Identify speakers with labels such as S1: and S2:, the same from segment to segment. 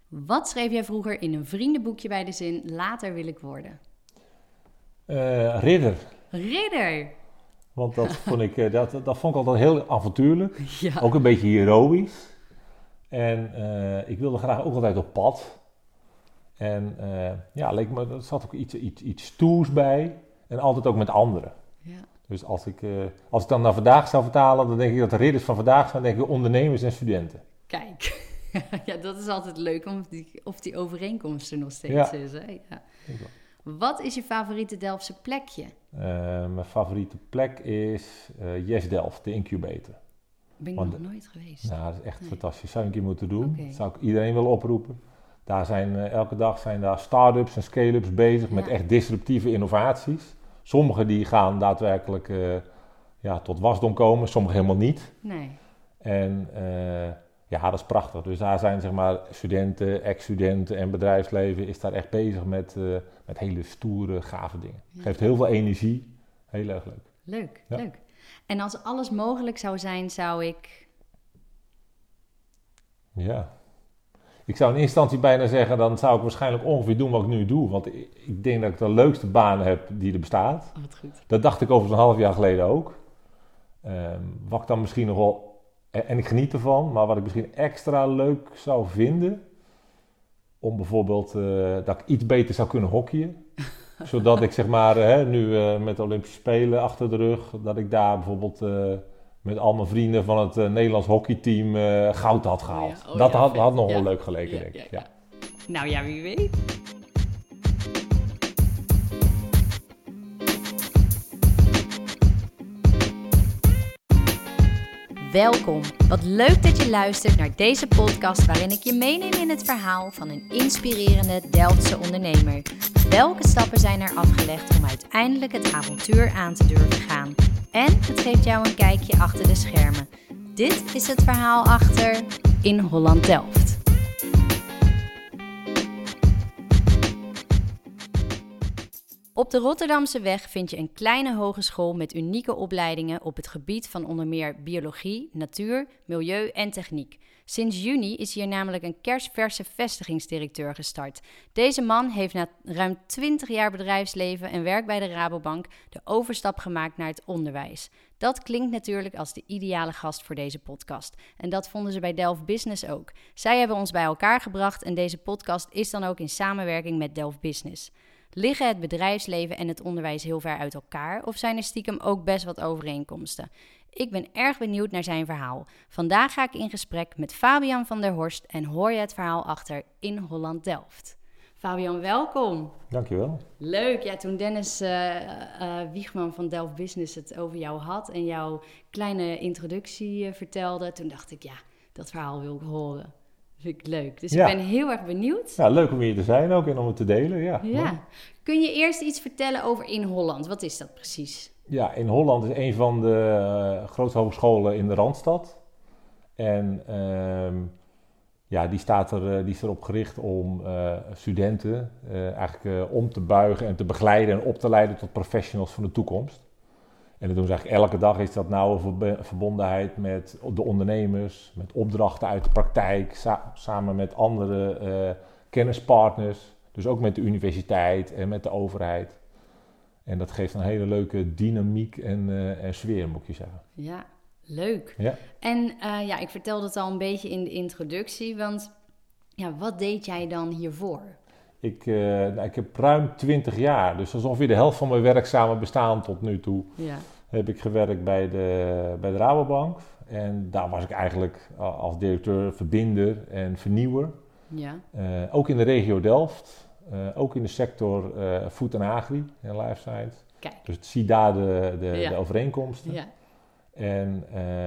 S1: Wat schreef jij vroeger in een vriendenboekje bij de zin, later wil ik worden?
S2: Ridder.
S1: Ridder!
S2: Want dat vond ik altijd heel avontuurlijk.
S1: Ja.
S2: Ook een beetje heroïsch. En ik wilde graag ook altijd op pad. En leek me, er zat ook iets stoers bij. En altijd ook met anderen.
S1: Ja.
S2: Dus als ik dan naar vandaag zou vertalen, dan denk ik dat de ridders van vandaag zijn, denk ik ondernemers en studenten.
S1: Kijk, ja, dat is altijd leuk of die overeenkomst er nog steeds is. Hè? Ja. Wat is je favoriete Delftse plekje?
S2: Mijn favoriete plek is Yes Delft, de incubator.
S1: Ben ik nog nooit geweest.
S2: Nou, dat is echt fantastisch. Zou ik een keer moeten doen.
S1: Okay.
S2: Dat zou ik iedereen willen oproepen. Daar zijn elke dag start-ups en scale-ups bezig met echt disruptieve innovaties. Sommige die gaan daadwerkelijk tot wasdom komen, sommige helemaal niet.
S1: Nee.
S2: En dat is prachtig. Dus daar zijn zeg maar studenten, ex-studenten en bedrijfsleven is daar echt bezig met hele stoere, gave dingen. Ja. Geeft heel veel energie. Heel erg leuk.
S1: Leuk. En als alles mogelijk zou zijn, zou ik...
S2: Ja. Ik zou in eerste instantie bijna zeggen, dan zou ik waarschijnlijk ongeveer doen wat ik nu doe. Want ik denk dat ik de leukste baan heb die er bestaat.
S1: Oh, wat goed.
S2: Dat dacht ik over een half jaar geleden ook. Wat ik dan misschien nog wel... En ik geniet ervan, maar wat ik misschien extra leuk zou vinden... om bijvoorbeeld dat ik iets beter zou kunnen hockeyen. Zodat ik zeg maar, nu met de Olympische Spelen achter de rug... dat ik daar bijvoorbeeld met al mijn vrienden van het Nederlands hockeyteam goud had gehaald. Dat had nog wel leuk geleken, denk ik. Ja.
S1: Nou ja, wie weet. Welkom. Wat leuk dat je luistert naar deze podcast waarin ik je meeneem in het verhaal van een inspirerende Delftse ondernemer. Welke stappen zijn er afgelegd om uiteindelijk het avontuur aan te durven gaan? En het geeft jou een kijkje achter de schermen. Dit is het verhaal achter In Holland Delft. Op de Rotterdamse weg vind je een kleine hogeschool met unieke opleidingen op het gebied van onder meer biologie, natuur, milieu en techniek. Sinds juni is hier namelijk een kersverse vestigingsdirecteur gestart. Deze man heeft na ruim 20 jaar bedrijfsleven en werk bij de Rabobank de overstap gemaakt naar het onderwijs. Dat klinkt natuurlijk als de ideale gast voor deze podcast. En dat vonden ze bij Delft Business ook. Zij hebben ons bij elkaar gebracht en deze podcast is dan ook in samenwerking met Delft Business. Liggen het bedrijfsleven en het onderwijs heel ver uit elkaar of zijn er stiekem ook best wat overeenkomsten? Ik ben erg benieuwd naar zijn verhaal. Vandaag ga ik in gesprek met Fabian van der Horst en hoor je het verhaal achter In Holland Delft. Fabian, welkom.
S2: Dankjewel.
S1: Leuk. Ja, toen Dennis Wiegman van Delft Business het over jou had en jouw kleine introductie vertelde, toen dacht ik, ja, dat verhaal wil ik horen. Vind ik leuk. Dus ik ben heel erg benieuwd.
S2: Ja, leuk om hier te zijn ook en om het te delen. Ja.
S1: Kun je eerst iets vertellen over In Holland? Wat is dat precies?
S2: Ja, In Holland is een van de grootste hogescholen in de Randstad. En die is erop gericht om studenten om te buigen en te begeleiden en op te leiden tot professionals van de toekomst. En dat doen ze eigenlijk elke dag, is dat nauwe verbondenheid met de ondernemers, met opdrachten uit de praktijk, samen met andere kennispartners, dus ook met de universiteit en met de overheid. En dat geeft een hele leuke dynamiek en sfeer, moet je zeggen.
S1: Ja, leuk.
S2: Ja.
S1: En ik vertelde het al een beetje in de introductie, want wat deed jij dan hiervoor?
S2: Ik heb ruim 20 jaar, dus dat is ongeveer de helft van mijn werkzame bestaan tot nu toe.
S1: Ja.
S2: Heb ik gewerkt bij de Rabobank. En daar was ik eigenlijk als directeur verbinder en vernieuwer.
S1: Ja.
S2: Ook in de regio Delft. Ook in de sector food en agri en life science.
S1: Kijk.
S2: Dus zie daar de overeenkomsten.
S1: Ja.
S2: En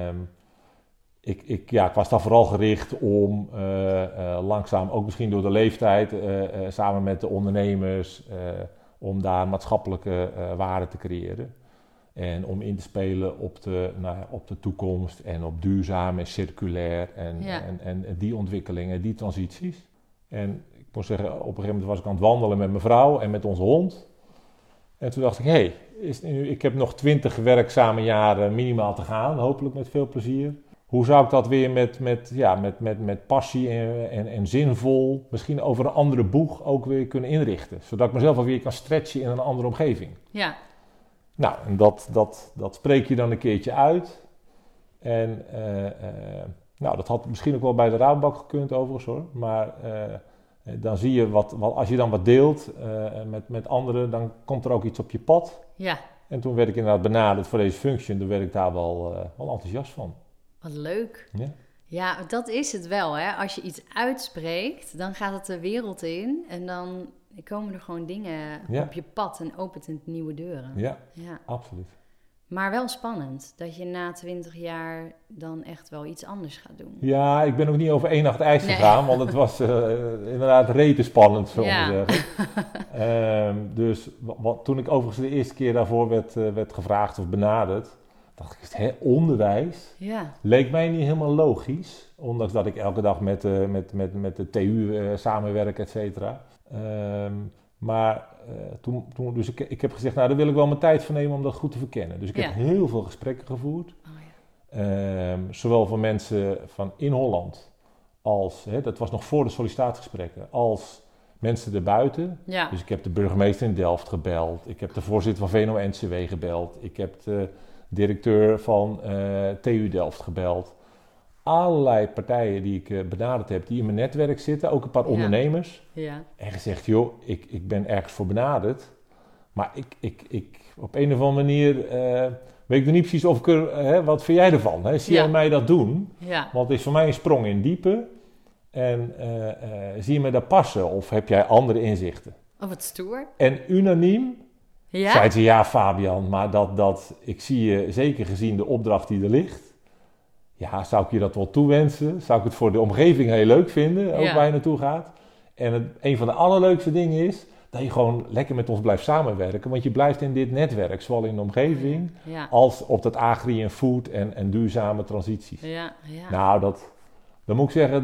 S2: ik was daar vooral gericht om langzaam, ook misschien door de leeftijd, samen met de ondernemers, om daar maatschappelijke waarde te creëren. En om in te spelen op de toekomst en op duurzaam en circulair en die ontwikkelingen, die transities. En ik moet zeggen, op een gegeven moment was ik aan het wandelen met mijn vrouw en met onze hond. En toen dacht ik, ik heb nog 20 werkzame jaren minimaal te gaan, hopelijk met veel plezier. hoe zou ik dat weer met passie en zinvol, misschien over een andere boeg ook weer kunnen inrichten. Zodat ik mezelf alweer kan stretchen in een andere omgeving.
S1: Ja.
S2: Nou, en dat spreek je dan een keertje uit. En dat had misschien ook wel bij de Rabobank gekund overigens hoor. Maar dan zie je als je dan wat deelt met anderen, dan komt er ook iets op je pad.
S1: Ja.
S2: En toen werd ik inderdaad benaderd voor deze functie en toen werd ik daar wel enthousiast van.
S1: Wat leuk.
S2: Ja.
S1: Ja, dat is het wel hè. Als je iets uitspreekt, dan gaat het de wereld in en dan komen er gewoon dingen op je pad en opent het nieuwe deuren.
S2: Ja, absoluut.
S1: Maar wel spannend dat je na 20 jaar dan echt wel iets anders gaat doen.
S2: Ja, ik ben ook niet over één nacht ijs gegaan, want het was inderdaad rete spannend, zullen we zeggen. Dus toen ik overigens de eerste keer daarvoor werd gevraagd of benaderd, dacht ik, onderwijs leek mij niet helemaal logisch. Ondanks dat ik elke dag met de TU samenwerk, et cetera. Maar dus ik heb gezegd, nou daar wil ik wel mijn tijd voor nemen om dat goed te verkennen. Dus ik heb heel veel gesprekken gevoerd. Zowel van mensen van in Holland als, dat was nog voor de sollicitatiegesprekken, als mensen erbuiten. Ja. Dus ik heb de burgemeester in Delft gebeld. Ik heb de voorzitter van VNO-NCW gebeld. Ik heb de directeur van TU Delft gebeld. Allerlei partijen die ik benaderd heb, die in mijn netwerk zitten. Ook een paar ondernemers. Ja. En gezegd, joh, ik ben ergens voor benaderd. Maar ik op een of andere manier weet ik nog niet precies of ik wat vind jij ervan? Hè? Zie jij mij dat doen? Ja. Want het is voor mij een sprong in diepe. En zie je me daar passen? Of heb jij andere inzichten?
S1: Oh, wat stoer.
S2: En unaniem zei ze, ja Fabian, maar ik zie je zeker gezien de opdracht die er ligt. Ja, zou ik je dat wel toewensen? Zou ik het voor de omgeving heel leuk vinden, ook waar je naartoe gaat? En een van de allerleukste dingen is dat je gewoon lekker met ons blijft samenwerken. Want je blijft in dit netwerk, zowel in de omgeving als op dat agri en food en duurzame transities. Ja. Nou, dan moet ik zeggen,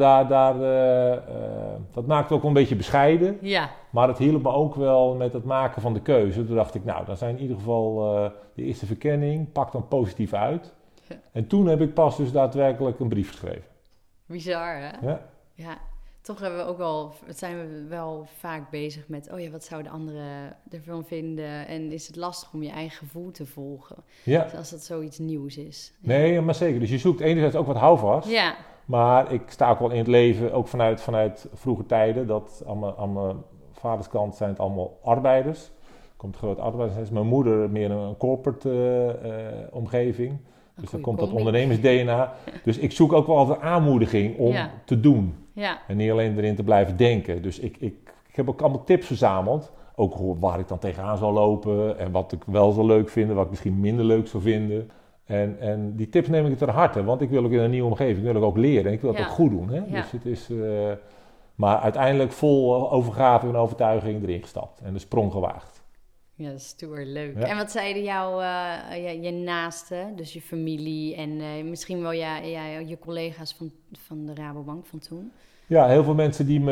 S2: dat maakt ook wel een beetje bescheiden. Ja. Maar het hielp me ook wel met het maken van de keuze. Toen dacht ik, nou, dan zijn in ieder geval de eerste verkenning, pak dan positief uit. Ja. En toen heb ik pas dus daadwerkelijk een brief geschreven.
S1: Bizar, hè? Ja. Toch zijn we wel vaak bezig met, wat zouden anderen ervan vinden? En is het lastig om je eigen gevoel te volgen? Ja. Dus als dat zoiets nieuws is.
S2: Nee, maar zeker. Dus je zoekt enerzijds ook wat houvast. Ja. Maar ik sta ook wel in het leven, ook vanuit vroege tijden, dat aan mijn vaders kant zijn het allemaal arbeiders. Er komt groot arbeidershuis. Mijn moeder meer een corporate omgeving. Dus dan komt dat ondernemers-DNA. Dus ik zoek ook wel altijd aanmoediging om te doen. Ja. En niet alleen erin te blijven denken. Dus ik heb ook allemaal tips verzameld. Ook waar ik dan tegenaan zal lopen. En wat ik wel zo leuk vind. Wat ik misschien minder leuk zou vinden. En die tips neem ik ter harte. Want ik wil ook in een nieuwe omgeving. Wil ik ook leren. En ik wil het ook goed doen. Hè? Ja. Dus het is... maar uiteindelijk vol overgave en overtuiging erin gestapt. En de sprong gewaagd.
S1: Ja, dat is stoer, leuk. Ja. En wat zeiden je naasten, dus je familie en misschien wel je collega's van de Rabobank van toen?
S2: Ja, heel veel mensen die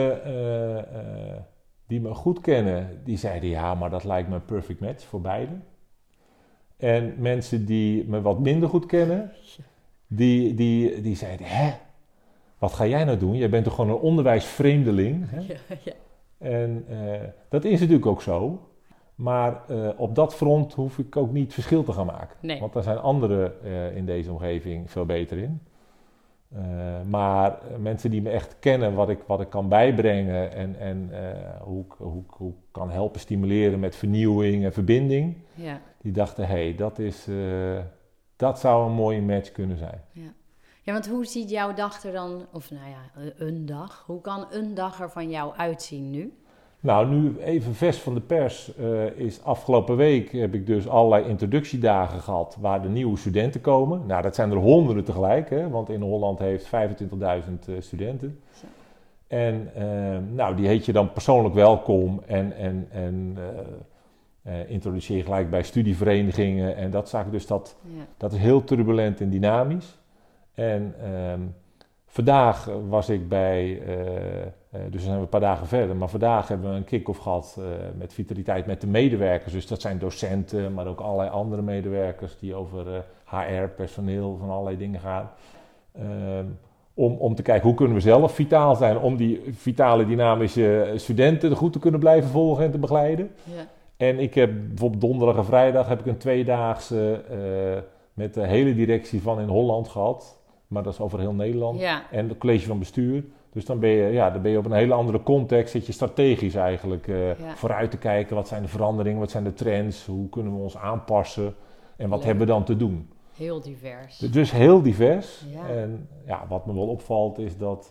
S2: me goed kennen, die zeiden ja, maar dat lijkt me een perfect match voor beide. En mensen die me wat minder goed kennen, die zeiden, wat ga jij nou doen? Jij bent toch gewoon een onderwijsvreemdeling? Hè? Ja. En dat is natuurlijk ook zo. Maar op dat front hoef ik ook niet verschil te gaan maken. Nee. Want daar zijn anderen in deze omgeving veel beter in. Maar mensen die me echt kennen, wat ik kan bijbrengen en hoe ik kan helpen stimuleren met vernieuwing en verbinding. Ja. Die dachten, dat zou een mooie match kunnen zijn.
S1: Ja, want hoe ziet jouw dag er dan, een dag, hoe kan een dag er van jou uitzien nu?
S2: Nou, nu even vers van de pers is afgelopen week heb ik dus allerlei introductiedagen gehad waar de nieuwe studenten komen. Nou, dat zijn er honderden tegelijk, hè, want in Holland heeft 25.000 studenten. Zo. En die heet je dan persoonlijk welkom en introduceer je gelijk bij studieverenigingen en dat zaken. Dus dat is heel turbulent en dynamisch. En vandaag was ik bij... dus dan zijn we een paar dagen verder. Maar vandaag hebben we een kick-off gehad met vitaliteit met de medewerkers. Dus dat zijn docenten, maar ook allerlei andere medewerkers die over HR, personeel, van allerlei dingen gaan. Om te kijken hoe kunnen we zelf vitaal zijn, om die vitale dynamische studenten goed te kunnen blijven volgen en te begeleiden.
S1: Ja.
S2: En ik heb bijvoorbeeld donderdag en vrijdag heb ik een 2-daagse met de hele directie van in Holland gehad. Maar dat is over heel Nederland.
S1: Ja.
S2: En het college van bestuur. Dus dan ben je op een hele andere context, zit je strategisch eigenlijk vooruit te kijken. Wat zijn de veranderingen, wat zijn de trends, hoe kunnen we ons aanpassen en wat hebben we dan te doen.
S1: Heel divers.
S2: Dus heel divers.
S1: Ja.
S2: En wat me wel opvalt is dat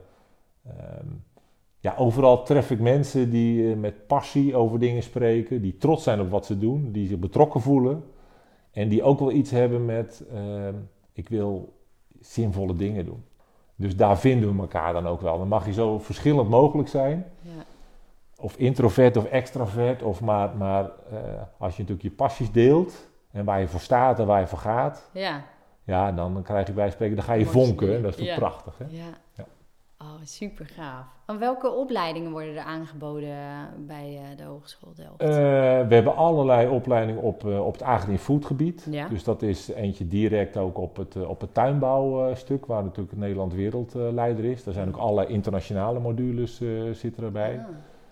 S2: overal tref ik mensen die met passie over dingen spreken, die trots zijn op wat ze doen, die zich betrokken voelen en die ook wel iets hebben met ik wil zinvolle dingen doen. Dus daar vinden we elkaar dan ook wel. Dan mag je zo verschillend mogelijk zijn. Ja. Of introvert of extravert. Maar als je natuurlijk je passies deelt. En waar je voor staat en waar je voor gaat. Ja. Ja, dan krijg je bij spreken. Dan ga je vonken. En dat is toch prachtig. Hè? Ja. Ja.
S1: Oh, super gaaf. En welke opleidingen worden er aangeboden bij de Hogeschool Delft?
S2: We hebben allerlei opleidingen op het agri-food gebied. Ja. Dus dat is eentje direct ook op het tuinbouwstuk, waar natuurlijk Nederland wereldleider is. Er zijn ook allerlei internationale modules zitten erbij.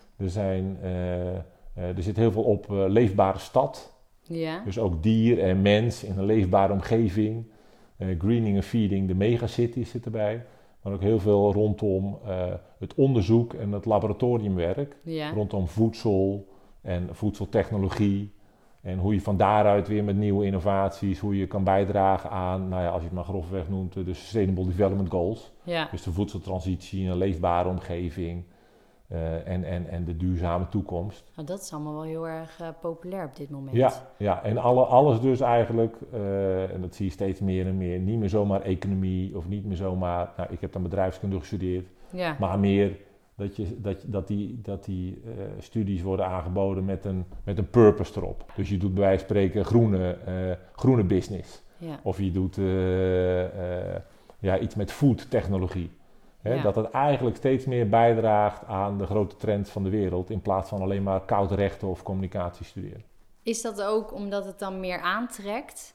S2: Er zit heel veel op leefbare stad. Ja. Dus ook dier en mens in een leefbare omgeving. Greening en feeding, de megacities zit erbij. Maar ook heel veel rondom het onderzoek en het laboratoriumwerk. Ja. Rondom voedsel en voedseltechnologie. En hoe je van daaruit weer met nieuwe innovaties, hoe je kan bijdragen aan, als je het maar grofweg noemt, de Sustainable Development Goals. Ja. Dus de voedseltransitie in een leefbare omgeving en de duurzame toekomst.
S1: Nou, dat is allemaal wel heel erg populair op dit moment.
S2: Ja, en alles dus eigenlijk, en dat zie je steeds meer en meer, niet meer zomaar economie of niet meer zomaar, ik heb dan bedrijfskunde gestudeerd, maar meer dat die studies worden aangeboden met een purpose erop. Dus je doet bij wijze van spreken groene business. Ja. Of je doet iets met food technologie. Ja. Dat het eigenlijk steeds meer bijdraagt aan de grote trends van de wereld, in plaats van alleen maar koude rechten of communicatie studeren.
S1: Is dat ook omdat het dan meer aantrekt?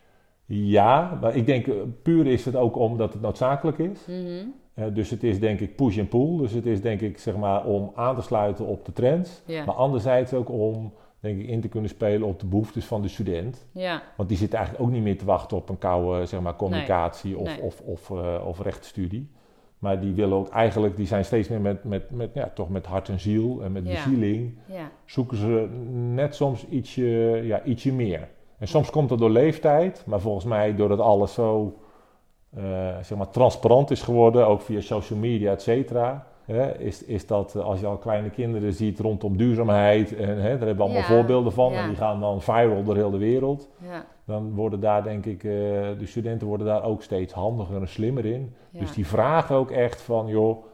S2: Ja, maar ik denk puur is het ook omdat het noodzakelijk is. Mm-hmm. Dus het is denk ik push en pull. Dus het is denk ik om aan te sluiten op de trends. Ja. Maar anderzijds ook om denk ik in te kunnen spelen op de behoeftes van de student. Ja. Want die zit eigenlijk ook niet meer te wachten op een koude communicatie of rechtsstudie. Maar die willen ook eigenlijk, die zijn steeds meer met hart en ziel en met bezieling. Ja. Zoeken ze net soms ietsje meer. En soms komt dat door leeftijd, maar volgens mij doordat alles zo transparant is geworden, ook via social media, et cetera. Is dat als je al kleine kinderen ziet rondom duurzaamheid, en daar hebben we allemaal voorbeelden van, en die gaan dan viral door heel de wereld. Ja. Dan worden daar denk ik, de studenten worden daar ook steeds handiger en slimmer in. Ja. Dus die vragen ook echt van,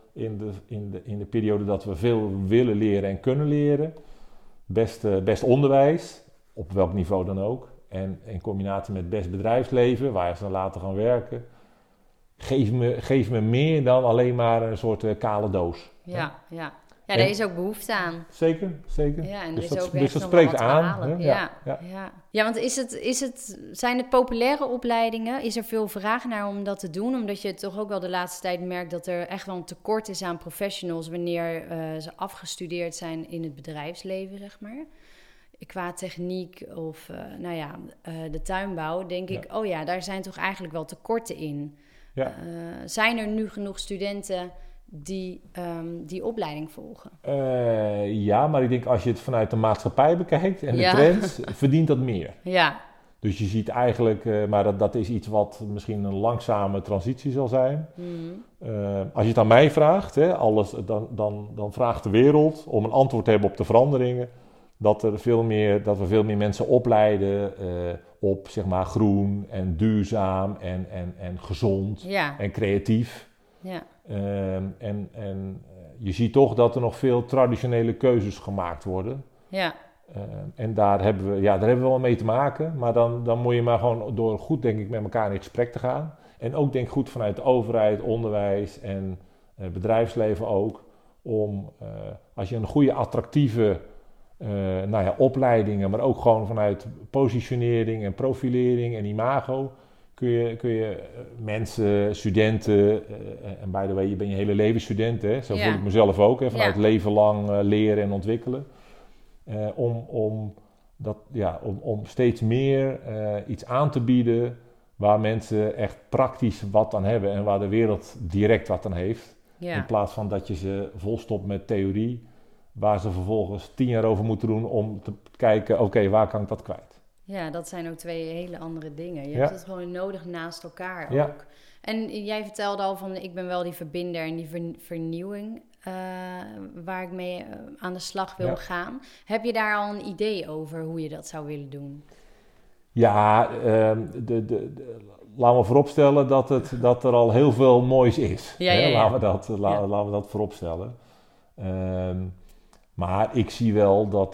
S2: in de periode dat we veel willen leren en kunnen leren, best onderwijs, op welk niveau dan ook. En in combinatie met best bedrijfsleven, waar ze dan later gaan werken. Geef me meer dan alleen maar een soort kale doos.
S1: Ja, daar is ook behoefte aan.
S2: Zeker.
S1: Ja, en
S2: dus
S1: er is ook
S2: dat spreekt aan.
S1: Ja, want zijn het populaire opleidingen? Is er veel vraag naar om dat te doen? Omdat je toch ook wel de laatste tijd merkt dat er echt wel een tekort is aan professionals wanneer ze afgestudeerd zijn in het bedrijfsleven, zeg maar. Qua techniek of de tuinbouw, denk ik, daar zijn toch eigenlijk wel tekorten in. Ja. Zijn er nu genoeg studenten die opleiding volgen?
S2: Maar ik denk als je het vanuit de maatschappij bekijkt en de trends, verdient dat meer. Ja. Dus je ziet eigenlijk, maar dat is iets wat misschien een langzame transitie zal zijn. Mm. Als je het aan mij vraagt, dan vraagt de wereld om een antwoord te hebben op de veranderingen. Dat we veel meer mensen opleiden op groen en duurzaam en gezond en creatief. Ja. En je ziet toch dat er nog veel traditionele keuzes gemaakt worden. Ja. En daar hebben we wel mee te maken. Maar dan moet je maar gewoon door goed denk ik met elkaar in gesprek te gaan. En ook denk ik goed vanuit de overheid, onderwijs en bedrijfsleven ook. Om als je een goede attractieve opleidingen, maar ook gewoon vanuit positionering en profilering en imago, kun je mensen, studenten, en by the way, je bent je hele leven student, hè? Zo voel ik mezelf ook, hè? Vanuit leven lang leren en ontwikkelen. Om steeds meer iets aan te bieden waar mensen echt praktisch wat aan hebben en waar de wereld direct wat aan heeft. Ja. In plaats van dat je ze volstopt met theorie, waar ze vervolgens 10 jaar over moeten doen om te kijken, oké, waar kan ik dat kwijt?
S1: Ja, dat zijn ook 2 hele andere dingen. Je hebt het gewoon nodig naast elkaar ook. En jij vertelde al van, ik ben wel die verbinder en die vernieuwing waar ik mee aan de slag wil gaan. Heb je daar al een idee over hoe je dat zou willen doen?
S2: Ja, laten we vooropstellen dat er al heel veel moois is. Laten we dat vooropstellen. Maar ik zie wel dat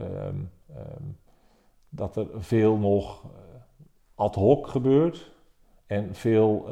S2: er veel nog ad hoc gebeurt en veel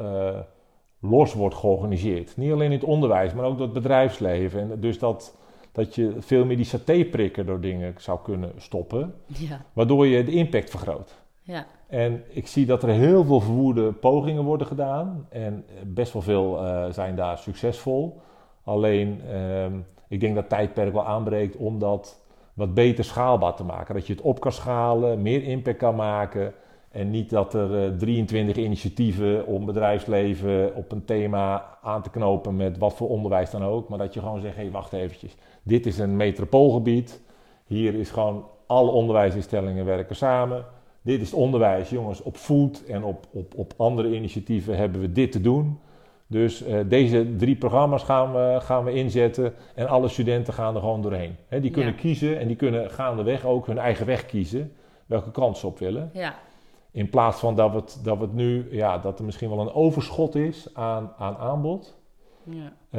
S2: los wordt georganiseerd. Niet alleen in het onderwijs, maar ook door het bedrijfsleven. En dus dat je veel meer die satéprikker door dingen zou kunnen stoppen, waardoor je de impact vergroot. Ja. En ik zie dat er heel veel verwoede pogingen worden gedaan en best wel veel zijn daar succesvol. Alleen, ik denk dat het tijdperk wel aanbreekt om dat wat beter schaalbaar te maken. Dat je het op kan schalen, meer impact kan maken. En niet dat er 23 initiatieven om bedrijfsleven op een thema aan te knopen met wat voor onderwijs dan ook. Maar dat je gewoon zegt, hé, wacht eventjes. Dit is een metropoolgebied. Hier is gewoon alle onderwijsinstellingen werken samen. Dit is het onderwijs, jongens, op food en op andere initiatieven hebben we dit te doen. Dus deze 3 programma's gaan we inzetten en alle studenten gaan er gewoon doorheen. Die kunnen kiezen en die kunnen gaandeweg ook hun eigen weg kiezen, welke kant ze op willen. Ja. In plaats van dat het nu, dat er misschien wel een overschot is aan aanbod. Ja.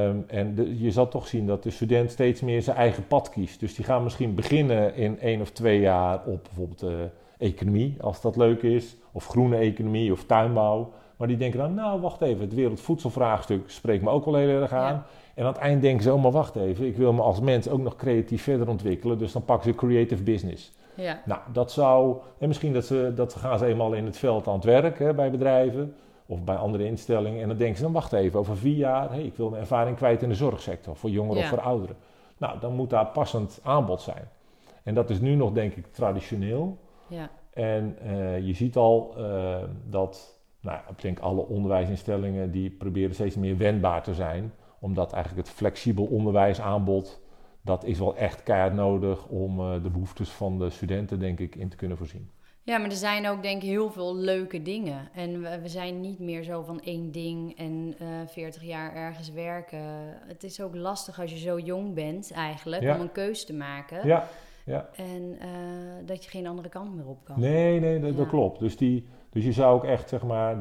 S2: Je zal toch zien dat de student steeds meer zijn eigen pad kiest. Dus die gaan misschien beginnen in 1 of 2 jaar op bijvoorbeeld economie, als dat leuk is. Of groene economie of tuinbouw. Maar die denken dan, nou wacht even, het wereldvoedselvraagstuk spreekt me ook wel heel erg aan. Ja. En aan het eind denken ze, maar wacht even, ik wil me als mens ook nog creatief verder ontwikkelen. Dus dan pakken ze creative business. Ja. Nou, dat zou, en misschien dat gaan ze eenmaal in het veld aan het werk bij bedrijven of bij andere instellingen. En dan denken ze, dan wacht even, over 4 jaar, ik wil mijn ervaring kwijt in de zorgsector, voor jongeren of voor ouderen. Nou, dan moet daar passend aanbod zijn. En dat is nu nog, denk ik, traditioneel. Ja. En je ziet al dat, ik denk alle onderwijsinstellingen die proberen steeds meer wendbaar te zijn, omdat eigenlijk het flexibel onderwijsaanbod, dat is wel echt keihard nodig om de behoeftes van de studenten, denk ik, in te kunnen voorzien. Ja, maar er zijn ook, denk ik, heel veel leuke dingen. En we zijn niet meer zo van 1 ding en 40 jaar ergens werken. Het is ook lastig als je zo jong bent, eigenlijk, om een keus te maken. Ja. Ja. En dat je geen andere kant meer op kan. Nee, dat klopt. Dus je zou ook echt,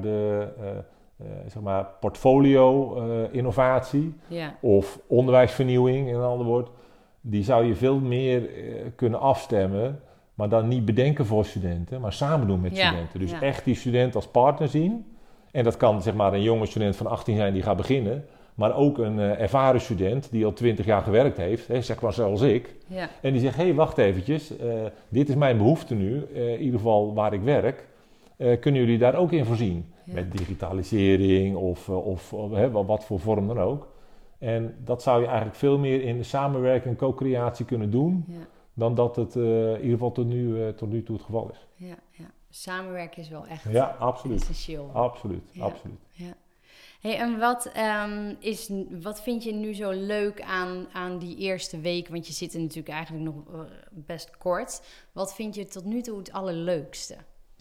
S2: portfolio-innovatie of onderwijsvernieuwing, in een ander woord, die zou je veel meer kunnen afstemmen, maar dan niet bedenken voor studenten, maar samen doen met studenten. Dus echt die student als partner zien. En dat kan een jonge student van 18 zijn die gaat beginnen, maar ook een ervaren student die al 20 jaar gewerkt heeft, zeg maar zoals ik. Ja. En die zegt, wacht eventjes, dit is mijn behoefte nu, in ieder geval waar ik werk. Kunnen jullie daar ook in voorzien? Ja. Met digitalisering of wat voor vorm dan ook. En dat zou je eigenlijk veel meer in de samenwerking en co-creatie kunnen doen, dan dat het in ieder geval tot nu toe het geval is. Ja. Samenwerken is wel echt essentieel. Absoluut. Ja. Hey, en wat vind je nu zo leuk aan die eerste week? Want je zit er natuurlijk eigenlijk nog best kort. Wat vind je tot nu toe het allerleukste?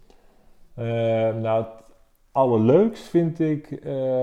S2: Het allerleukst vind ik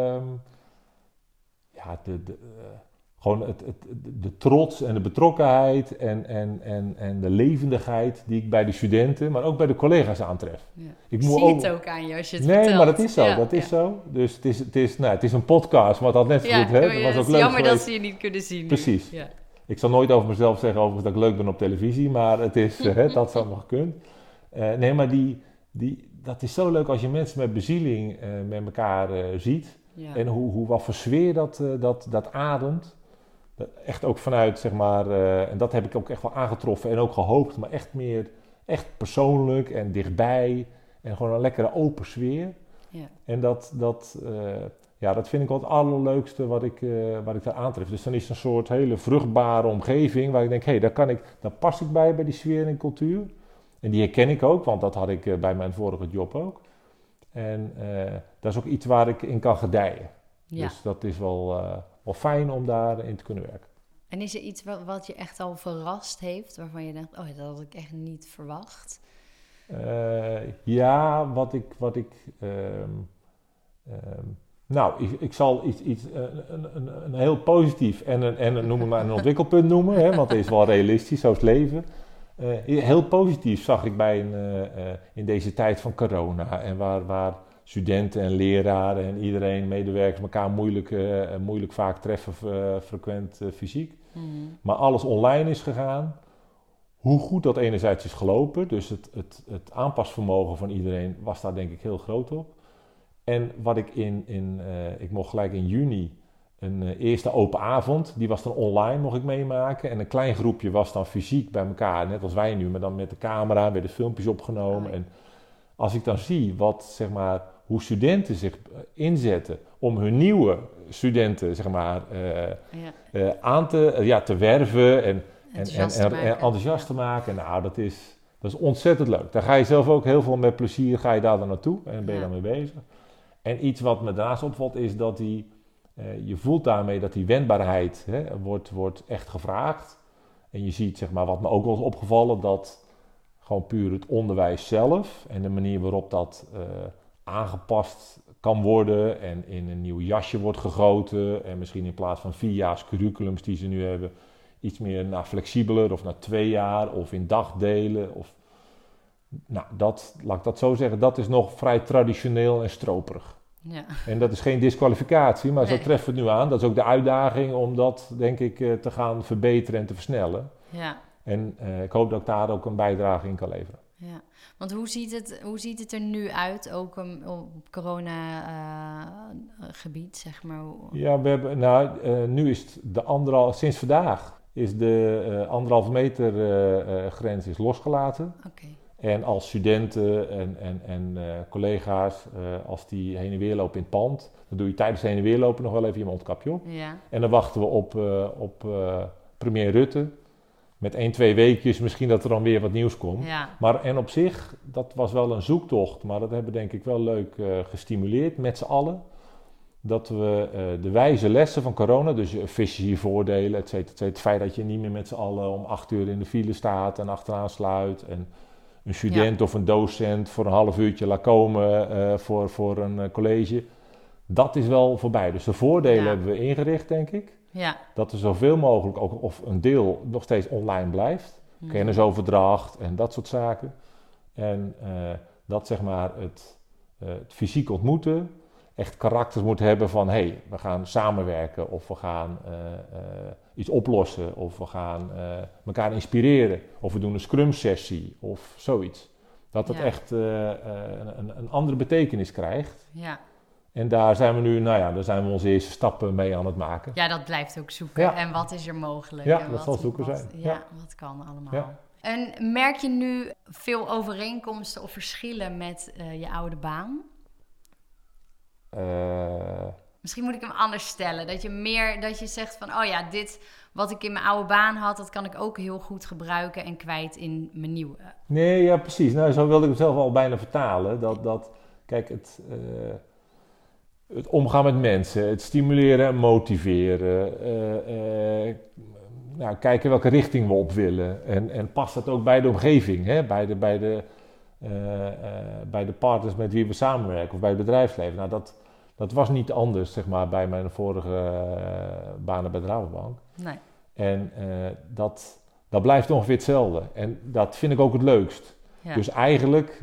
S2: gewoon de trots en de betrokkenheid en de levendigheid die ik bij de studenten, maar ook bij de collega's aantref. Ja. Ik zie het ook aan je als je het vertelt. Nee, maar dat is zo. Ja, dat is zo. Dus het is een podcast, maar dat had net zo goed. Het was ook leuk jammer geweest. Dat ze je niet kunnen zien. Precies. Ja. Ik zal nooit over mezelf zeggen overigens dat ik leuk ben op televisie, maar het is, dat zou nog gekund. Nee, maar dat is zo leuk als je mensen met bezieling met elkaar ziet. Ja. En wat voor sfeer dat ademt. Echt ook vanuit, en dat heb ik ook echt wel aangetroffen en ook gehoopt, maar echt persoonlijk en dichtbij. En gewoon een lekkere open sfeer.
S1: Ja.
S2: En dat vind ik wel het allerleukste wat ik daar aantref. Dus dan is het een soort hele vruchtbare omgeving waar ik denk, daar pas ik bij die sfeer en cultuur. En die herken ik ook, want dat had ik bij mijn vorige job ook. En dat is ook iets waar ik in kan gedijen. Ja. Dus dat is wel fijn om daarin te kunnen werken.
S1: En is er iets wat je echt al verrast heeft, waarvan je denkt, dat had ik echt niet verwacht?
S2: Ik zal een heel positief en noem het maar een ontwikkelpunt noemen, hè, want het is wel realistisch, zo is het leven. Heel positief zag ik in deze tijd van corona en waar studenten en leraren en iedereen, medewerkers, elkaar moeilijk vaak treffen, frequent fysiek. Mm-hmm. Maar alles online is gegaan. Hoe goed dat enerzijds is gelopen, dus het aanpasvermogen van iedereen was daar denk ik heel groot op. En wat ik ik mocht gelijk in juni een eerste open avond, die was dan online, mocht ik meemaken. En een klein groepje was dan fysiek bij elkaar, net als wij nu, maar dan met de camera, werden filmpjes opgenomen. En als ik dan zie hoe studenten zich inzetten om hun nieuwe studenten te werven en enthousiast te maken. Nou, dat is ontzettend leuk. Daar ga je zelf ook heel veel met plezier daar naartoe en ben je dan mee bezig. En iets wat me daarnaast opvalt is dat je voelt daarmee dat die wendbaarheid wordt echt gevraagd. En je ziet, wat me ook wel is opgevallen, dat gewoon puur het onderwijs zelf en de manier waarop dat aangepast kan worden en in een nieuw jasje wordt gegoten. En misschien in plaats van 4-jaars curriculums die ze nu hebben, iets meer naar flexibeler of naar 2 jaar of in dagdelen. Laat ik dat zo zeggen, dat is nog vrij traditioneel en stroperig. Ja. En dat is geen disqualificatie, maar zo treffen we het nu aan. Dat is ook de uitdaging om dat, denk ik, te gaan verbeteren en te versnellen. Ja. En ik hoop dat ik daar ook een bijdrage in kan leveren.
S1: Ja, want hoe ziet het er nu uit, ook op corona-gebied,
S2: Ja, we hebben, nu is het sinds vandaag is de 1,5 meter grens is losgelaten. Okay. En als studenten en collega's, als die heen en weer lopen in het pand, dan doe je tijdens heen en weer lopen nog wel even je mondkapje op. Ja. En dan wachten we op premier Rutte. Met 1-2 weekjes misschien dat er dan weer wat nieuws komt. Ja. En op zich, dat was wel een zoektocht, maar dat hebben we denk ik wel leuk gestimuleerd met z'n allen. Dat we de wijze lessen van corona, dus efficiëntievoordelen, et cetera, het feit dat je niet meer met z'n allen om 8 uur in de file staat en achteraan sluit en een student of een docent voor een half uurtje laat komen voor een college. Dat is wel voorbij. Dus de voordelen hebben we ingericht, denk ik. Ja. Dat er zoveel mogelijk, ook of een deel, nog steeds online blijft. Mm. Kennisoverdracht en dat soort zaken. En dat het fysiek ontmoeten echt karakters moet hebben van we gaan samenwerken of we gaan iets oplossen of we gaan elkaar inspireren of we doen een scrum sessie of zoiets. Dat het echt een andere betekenis krijgt. Ja. En daar zijn we nu, daar zijn we onze eerste stappen mee aan het maken.
S1: Ja, dat blijft ook zoeken. Ja. En wat is er mogelijk?
S2: Ja, dat zal zoeken zijn.
S1: Wat kan allemaal? Ja. En merk je nu veel overeenkomsten of verschillen met je oude baan? Misschien moet ik hem anders stellen. Dat je zegt van, dit wat ik in mijn oude baan had, dat kan ik ook heel goed gebruiken en kwijt in mijn nieuwe. Nee,
S2: ja, precies. Zo wilde ik het zelf al bijna vertalen. Kijk, het omgaan met mensen, het stimuleren en motiveren, kijken welke richting we op willen. En past dat ook bij de omgeving, hè? Bij de partners met wie we samenwerken of bij het bedrijfsleven. Dat was niet anders, bij mijn vorige banen bij de Rabobank. Nee. En dat blijft ongeveer hetzelfde. En dat vind ik ook het leukst. Ja. Dus eigenlijk,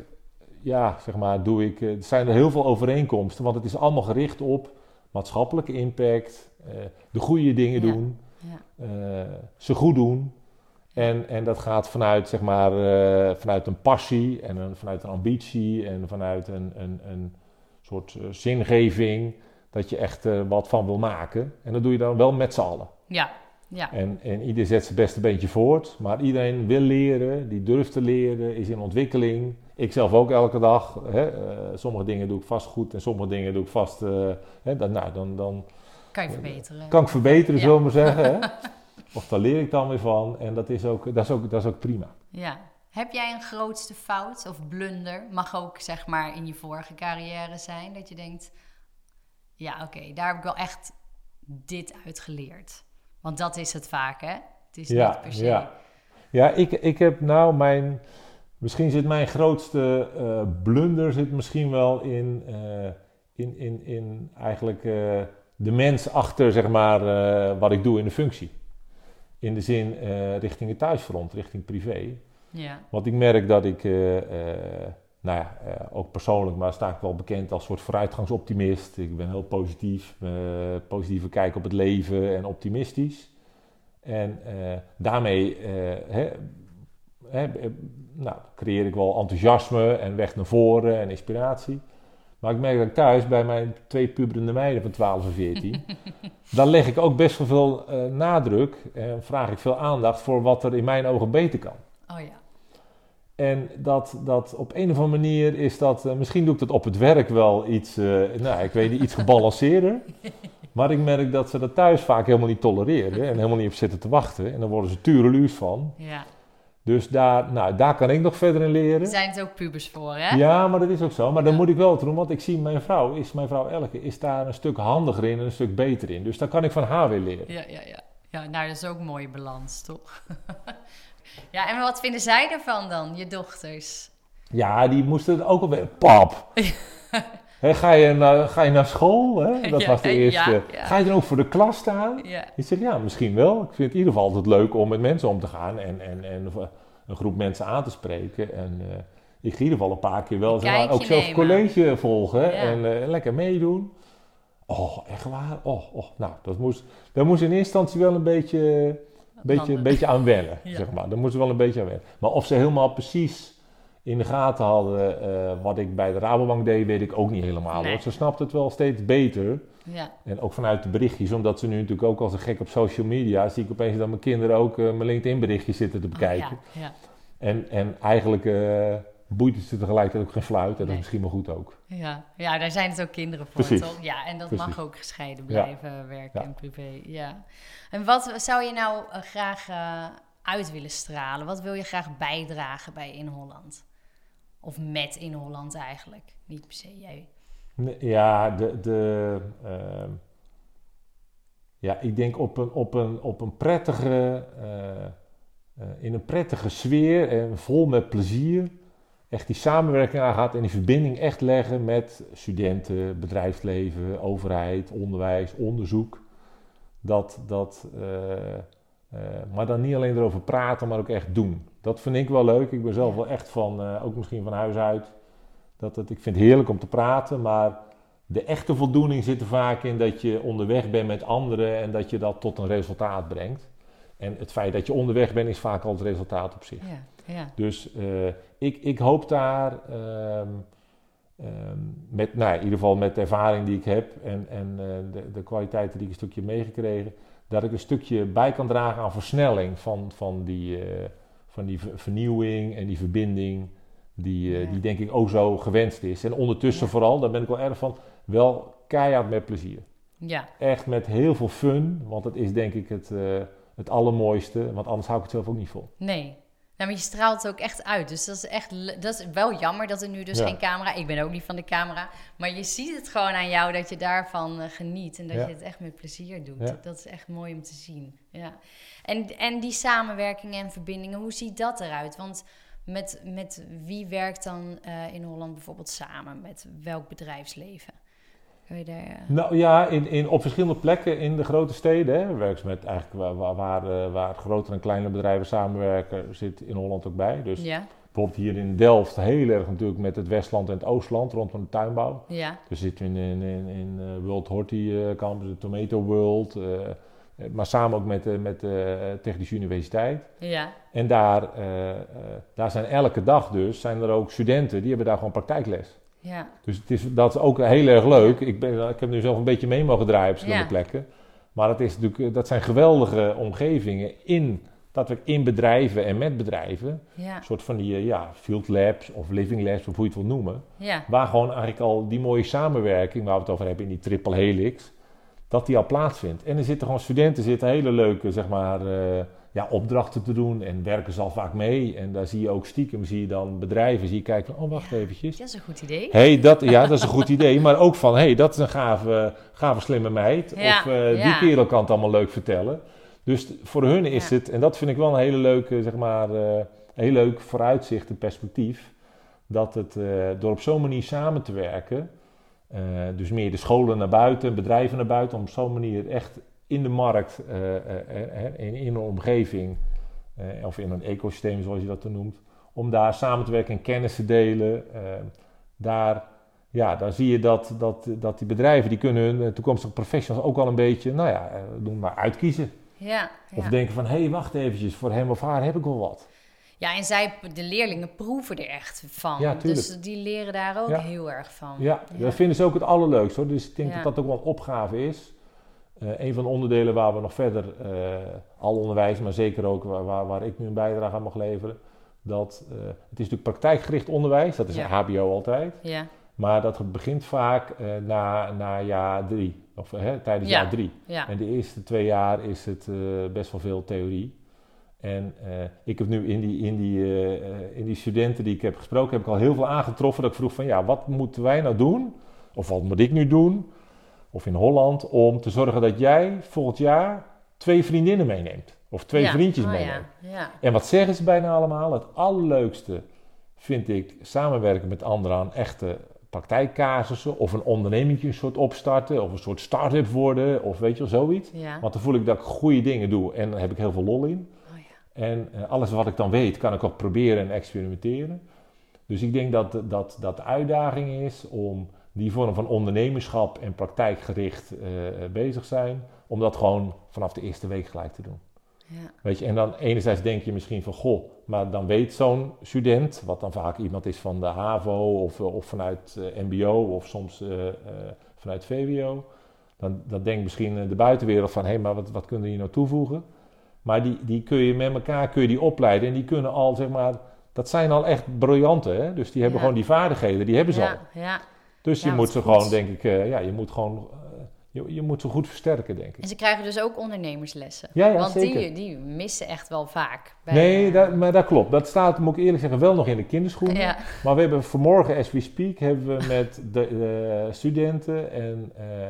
S2: er zijn er heel veel overeenkomsten, want het is allemaal gericht op maatschappelijke impact, de goede dingen doen, ze goed doen. En dat gaat vanuit, vanuit een passie en vanuit een ambitie en vanuit een soort zingeving, dat je echt wat van wil maken. En dat doe je dan wel met z'n allen. Ja.
S1: Ja.
S2: En ieder zet zijn beste beentje voort. Maar iedereen wil leren, die durft te leren, is in ontwikkeling. Ik zelf ook elke dag. Sommige dingen doe ik vast goed en sommige dingen doe ik vast... dan
S1: Kan je verbeteren.
S2: Kan ik verbeteren, zullen we maar zeggen. Hè? Of daar leer ik dan weer van. En dat is ook prima.
S1: Ja. Heb jij een grootste fout of blunder? Mag ook zeg maar in je vorige carrière zijn. Dat je denkt, ja oké, daar heb ik wel echt dit uit geleerd. Want dat is het vaak, hè? Het is niet per se...
S2: Ja, ik heb misschien zit mijn grootste blunder zit misschien wel in eigenlijk de mens achter, zeg maar, wat ik doe in de functie. In de zin richting het thuisfront, richting privé.
S1: Ja.
S2: Want ik merk dat ik, ook persoonlijk, maar sta ik wel bekend als soort vooruitgangsoptimist. Ik ben heel positief, positieve kijk op het leven en optimistisch. En daarmee creëer ik wel enthousiasme en weg naar voren en inspiratie. Maar ik merk dat ik thuis bij mijn 2 puberende meiden van 12 en 14... dan leg ik ook best wel veel nadruk en vraag ik veel aandacht voor wat er in mijn ogen beter kan.
S1: Oh ja.
S2: En dat op een of andere manier is dat... misschien doe ik dat op het werk wel iets... ik weet niet, iets gebalanceerder. Maar ik merk dat ze dat thuis vaak helemaal niet tolereren. En helemaal niet op zitten te wachten. En dan worden ze tureluurs van.
S1: Ja.
S2: Dus daar kan ik nog verder in leren.
S1: Er zijn het ook pubers voor, hè?
S2: Ja, maar dat is ook zo. Maar dan moet ik wel het doen. Want ik zie mijn vrouw Elke is daar een stuk handiger in en een stuk beter in. Dus daar kan ik van haar weer leren.
S1: Ja, nou, dat is ook een mooie balans, toch? Ja, en wat vinden zij ervan dan, je dochters?
S2: Ja, die moesten ook alweer... Pap! Ga je naar school? Hè? Dat was de eerste. Ja. Ga je dan ook voor de klas staan?
S1: Ja.
S2: Ik zeg, ja, misschien wel. Ik vind het in ieder geval altijd leuk om met mensen om te gaan en een groep mensen aan te spreken. En ik ga in ieder geval een paar keer wel ook zelf college volgen en lekker meedoen. Oh, echt waar? Nou, dat moest in eerste instantie wel een beetje aan wennen, zeg maar. Daar moest ze wel een beetje aan wennen. Maar of ze helemaal precies in de gaten hadden wat ik bij de Rabobank deed, weet ik ook niet helemaal. Nee. Ze snapt het wel steeds beter. Ja. En ook vanuit de berichtjes, omdat ze nu natuurlijk ook als een gek op social media, zie ik opeens dat mijn kinderen ook mijn LinkedIn berichtjes zitten te bekijken. Ja. En eigenlijk boeit het ze tegelijkertijd ook geen fluit. En dat is misschien wel goed ook.
S1: Ja, daar zijn het ook kinderen voor, toch? Ja, en dat mag ook gescheiden blijven werken en privé. Ja. En wat zou je nou graag uit willen stralen? Wat wil je graag bijdragen bij In Holland? Of met In Holland eigenlijk? Niet per se jij.
S2: Ja, ik denk op een prettige, in een prettige sfeer en vol met plezier echt die samenwerking aangaat en die verbinding echt leggen met studenten, bedrijfsleven, overheid, onderwijs, onderzoek. Maar dan niet alleen erover praten, maar ook echt doen. Dat vind ik wel leuk. Ik ben zelf wel echt van, ook misschien van huis uit, ik vind het heerlijk om te praten, maar de echte voldoening zit er vaak in dat je onderweg bent met anderen en dat je dat tot een resultaat brengt. En het feit dat je onderweg bent is vaak al het resultaat op zich. Ja. Dus ik hoop daar, in ieder geval met de ervaring die ik heb en de kwaliteiten die ik een stukje meegekregen, dat ik een stukje bij kan dragen aan versnelling van die vernieuwing en die verbinding die denk ik ook zo gewenst is. En ondertussen vooral, daar ben ik wel erg van, wel keihard met plezier. Ja. Echt met heel veel fun, want dat is denk ik het allermooiste, want anders hou ik het zelf ook niet vol.
S1: Nee. Nou, maar je straalt het ook echt uit. Dus dat is wel jammer dat er nu dus geen camera... Ik ben ook niet van de camera. Maar je ziet het gewoon aan jou dat je daarvan geniet. En dat je het echt met plezier doet. Ja. Dat is echt mooi om te zien. Ja. En die samenwerking en verbindingen, hoe ziet dat eruit? Want met wie werkt dan in Holland bijvoorbeeld samen? Met welk bedrijfsleven? Kun je daar,
S2: Nou ja, op verschillende plekken in de grote steden. Hè, werken ze met eigenlijk waar grotere en kleine bedrijven samenwerken, zit in Holland ook bij. Dus bijvoorbeeld hier in Delft heel erg natuurlijk met het Westland en het Oostland rondom de tuinbouw. Ja. Dus zitten we in World Horti Campus, de Tomato World, maar samen ook met de Technische Universiteit. Ja. En daar zijn elke dag dus, zijn er ook studenten, die hebben daar gewoon praktijkles. Ja. Dus dat is ook heel erg leuk. Ik heb nu zelf een beetje mee mogen draaien op verschillende plekken. Maar dat zijn geweldige omgevingen in bedrijven en met bedrijven.
S1: Ja.
S2: Een soort van die field labs of living labs, of hoe je het wil noemen.
S1: Ja.
S2: Waar gewoon eigenlijk al die mooie samenwerking, waar we het over hebben in die triple helix, dat die al plaatsvindt. En er zitten gewoon studenten, hele leuke opdrachten te doen en werken ze al vaak mee. En daar zie je ook stiekem, dan bedrijven, kijken van, wacht eventjes.
S1: Dat is een goed idee.
S2: Dat is een goed idee. Maar ook van, dat is een gave slimme meid.
S1: Ja,
S2: Of die kerel kan het allemaal leuk vertellen. Dus voor hun is het, en dat vind ik wel een hele leuke, heel leuk vooruitzicht en perspectief, dat het door op zo'n manier samen te werken, dus meer de scholen naar buiten, bedrijven naar buiten, om op zo'n manier echt in de markt, in een omgeving, of in een ecosysteem zoals je dat dan noemt, om daar samen te werken en kennis te delen. Daar zie je dat die bedrijven, die kunnen hun toekomstige professionals ook al een beetje, doen maar uitkiezen.
S1: Ja.
S2: Of denken van, wacht eventjes, voor hem of haar heb ik wel wat.
S1: Ja, en de leerlingen proeven er echt van.
S2: Ja,
S1: dus die leren daar ook heel erg van.
S2: Ja, dat vinden ze ook het allerleukst hoor. Dus ik denk dat ook wel een opgave is. Een van de onderdelen waar we nog verder, al onderwijs, maar zeker ook waar ik nu een bijdrage aan mag leveren. Het is natuurlijk praktijkgericht onderwijs, dat is een HBO altijd.
S1: Ja.
S2: Maar dat begint vaak na jaar 3, of tijdens jaar 3.
S1: Ja.
S2: En de eerste 2 jaar is het best wel veel theorie. En ik heb nu in die studenten die ik heb gesproken, heb ik al heel veel aangetroffen dat ik vroeg van, wat moeten wij nou doen? Of wat moet ik nu doen? Of in Holland, om te zorgen dat jij volgend jaar 2 vriendinnen meeneemt. Of 2 vriendjes meeneemt.
S1: Ja.
S2: En wat zeggen ze bijna allemaal? Het allerleukste vind ik samenwerken met anderen aan echte praktijkcasussen. Of een ondernemingje een soort opstarten. Of een soort start-up worden. Of weet je wel, zoiets. Ja. Want dan voel ik dat ik goede dingen doe. En dan heb ik heel veel lol in. Oh ja. En alles wat ik dan weet, kan ik ook proberen en experimenteren. Dus ik denk dat de uitdaging is om die vorm van ondernemerschap en praktijkgericht bezig zijn, om dat gewoon vanaf de eerste week gelijk te doen. Ja. Weet je, en dan enerzijds denk je misschien van, maar dan weet zo'n student, wat dan vaak iemand is van de HAVO of vanuit MBO of soms vanuit VWO, dan denkt misschien de buitenwereld van, maar wat kunnen die nou toevoegen? Maar die kun je met elkaar die opleiden en die kunnen al, dat zijn al echt briljanten, hè? Dus die hebben gewoon die vaardigheden, die hebben ze al.
S1: Ja.
S2: Dus je moet ze gewoon, denk ik, je moet ze goed versterken, denk ik.
S1: En ze krijgen dus ook ondernemerslessen.
S2: Ja,
S1: want
S2: zeker.
S1: Die missen echt wel vaak.
S2: Maar dat klopt. Dat staat, moet ik eerlijk zeggen, wel nog in de kinderschoenen. Ja. Maar we hebben vanmorgen, as we speak, hebben we met de studenten en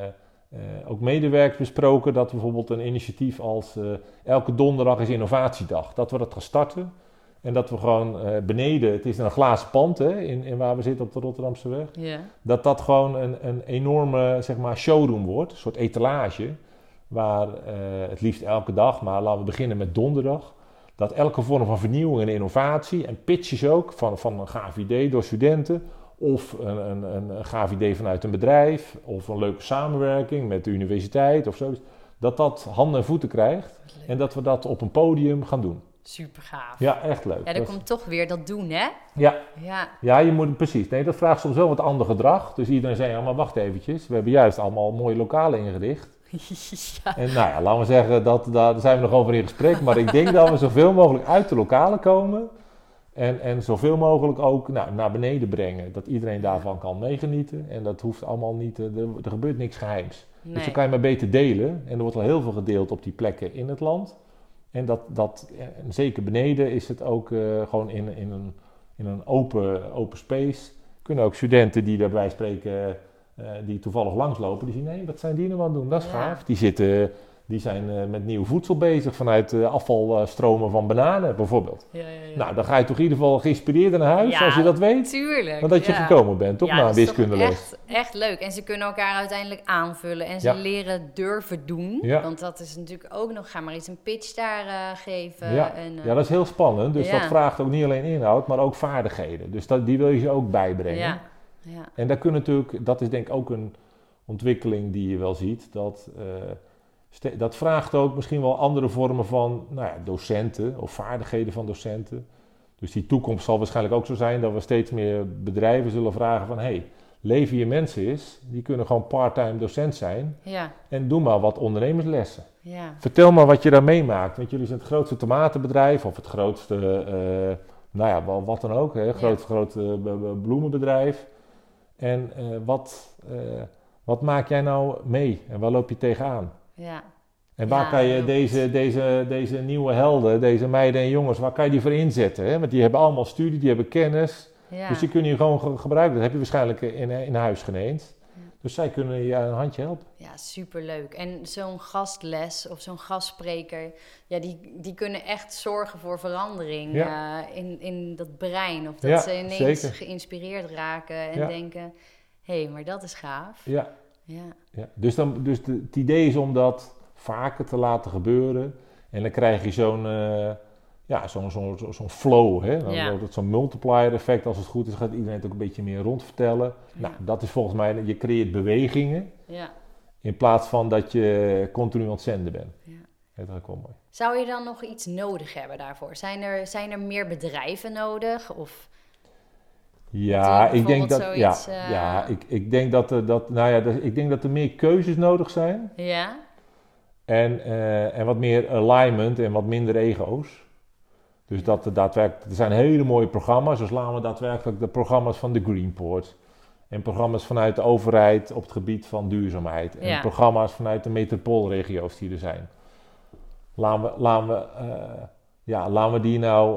S2: ook medewerkers besproken dat bijvoorbeeld een initiatief als elke donderdag is innovatiedag, dat we dat gaan starten. En dat we gewoon beneden, het is een glazen pand in waar we zitten op de Rotterdamseweg. Yeah. Dat gewoon een enorme showroom wordt, een soort etalage. Waar het liefst elke dag, maar laten we beginnen met donderdag. Dat elke vorm van vernieuwing en innovatie en pitches ook van een gaaf idee door studenten. Of een gaaf idee vanuit een bedrijf. Of een leuke samenwerking met de universiteit of zo. Dat handen en voeten krijgt. En dat we dat op een podium gaan doen.
S1: Super gaaf.
S2: Ja, echt leuk.
S1: Ja, er komt toch weer dat doen, hè?
S2: Ja, je moet precies. Nee, dat vraagt soms wel wat ander gedrag. Dus iedereen zei, maar wacht eventjes. We hebben juist allemaal mooie lokalen ingericht. Ja. En laten we zeggen, daar zijn we nog over in gesprek. Maar ik denk dat we zoveel mogelijk uit de lokalen komen. En zoveel mogelijk ook naar beneden brengen. Dat iedereen daarvan kan meegenieten. En dat hoeft allemaal niet, er gebeurt niks geheims. Nee. Dus dan kan je maar beter delen. En er wordt al heel veel gedeeld op die plekken in het land. En en zeker beneden is het ook gewoon in een open space. Kunnen ook studenten die daarbij spreken, die toevallig langslopen, die zien, wat zijn die nou aan het doen? Dat is gaaf. Die zijn met nieuw voedsel bezig vanuit afvalstromen van bananen bijvoorbeeld. Ja. Nou, dan ga je toch in ieder geval geïnspireerd naar huis, als je dat weet.
S1: Tuurlijk.
S2: Want dat je gekomen bent, toch? Na een wiskundeles.
S1: Echt leuk. En ze kunnen elkaar uiteindelijk aanvullen. En ze leren durven doen. Ja. Want dat is natuurlijk ook nog, ga maar eens een pitch daar geven.
S2: Ja. Dat is heel spannend. Dus dat vraagt ook niet alleen inhoud, maar ook vaardigheden. Dus die wil je ze ook bijbrengen. Ja. En dat is denk ik ook een ontwikkeling die je wel ziet. Dat vraagt ook misschien wel andere vormen van docenten of vaardigheden van docenten. Dus die toekomst zal waarschijnlijk ook zo zijn dat we steeds meer bedrijven zullen vragen van, leven je mensen is, die kunnen gewoon part-time docent zijn.
S1: Ja.
S2: En doe maar wat ondernemerslessen.
S1: Ja.
S2: Vertel maar wat je daar meemaakt. Want jullie zijn het grootste tomatenbedrijf of het grootste, wat dan ook. Hè? Groot bloemenbedrijf. En wat maak jij nou mee? En waar loop je tegenaan?
S1: Ja.
S2: En waar kan je deze nieuwe helden, deze meiden en jongens, waar kan je die voor inzetten? Hè? Want die hebben allemaal studie, die hebben kennis. Ja. Dus die kunnen je gewoon gebruiken. Dat heb je waarschijnlijk in huis geneend. Ja. Dus zij kunnen je een handje helpen.
S1: Ja, superleuk. En zo'n gastles of zo'n gastspreker, ja, die kunnen echt zorgen voor verandering in dat brein. Of dat ze ineens geïnspireerd raken en denken, hé, maar dat is gaaf.
S2: Ja. Dus het idee is om dat vaker te laten gebeuren. En dan krijg je zo'n flow. Hè? Dan wordt het zo'n multiplier effect. Als het goed is, gaat iedereen het ook een beetje meer rondvertellen. Ja. Nou, dat is volgens mij, je creëert bewegingen. Ja. In plaats van dat je continu aan het zenden bent. Ja. Dat is ook wel mooi.
S1: Zou je dan nog iets nodig hebben daarvoor? Zijn er meer bedrijven nodig? Of...
S2: Ja, ik denk dat. Zoiets, ik denk dat er meer keuzes nodig zijn.
S1: Ja.
S2: En wat meer alignment en wat minder ego's. Dus dat er daadwerkelijk, er zijn hele mooie programma's. Dus laten we daadwerkelijk de programma's van de Greenport. En programma's vanuit de overheid op het gebied van duurzaamheid. En programma's vanuit de metropoolregio's die er zijn. Laten we die nou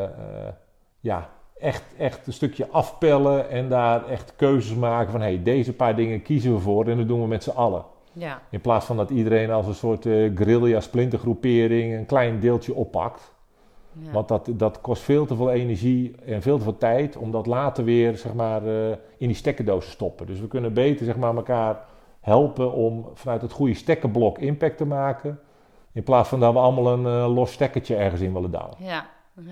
S2: echt een stukje afpellen en daar echt keuzes maken van deze paar dingen kiezen we voor en dat doen we met z'n allen. Ja. In plaats van dat iedereen als een soort guerrilla splintergroepering een klein deeltje oppakt. Ja. Want dat kost veel te veel energie en veel te veel tijd om dat later weer in die stekkerdoos te stoppen. Dus we kunnen beter elkaar helpen om vanuit het goede stekkerblok impact te maken. In plaats van dat we allemaal een los stekkertje ergens in willen douwen.
S1: Ja.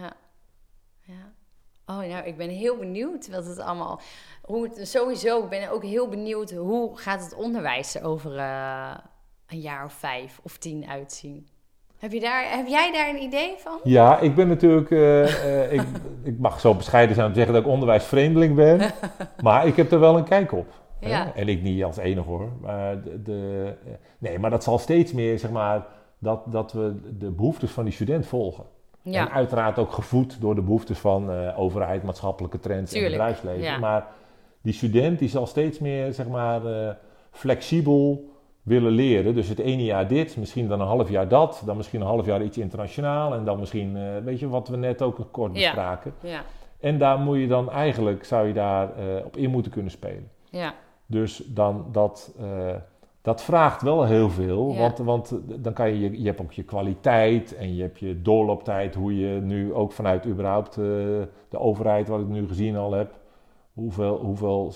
S1: Oh, nou, ik ben heel benieuwd wat het allemaal... ik ben ook heel benieuwd hoe gaat het onderwijs er over een jaar of 5 of 10 uitzien. Heb jij daar een idee van?
S2: Ja, ik ben natuurlijk... ik mag zo bescheiden zijn om te zeggen dat ik onderwijsvreemdeling ben. Maar ik heb er wel een kijk op. Ja. Hè? En ik niet als enige hoor. Maar dat zal steeds meer, dat we de behoeftes van die student volgen. Ja. En uiteraard ook gevoed door de behoeftes van overheid, maatschappelijke trends en bedrijfsleven. Ja. Maar die student die zal steeds meer flexibel willen leren. Dus het ene jaar dit, misschien dan een half jaar dat, dan misschien een half jaar iets internationaal en dan misschien, wat we net ook kort bespraken. Ja. En daar moet je dan eigenlijk, zou je daar op in moeten kunnen spelen. Ja. Dus dan dat vraagt wel heel veel, want dan kan je hebt ook je kwaliteit en je hebt je doorlooptijd, hoe je nu ook vanuit überhaupt de overheid, wat ik nu gezien al heb, hoeveel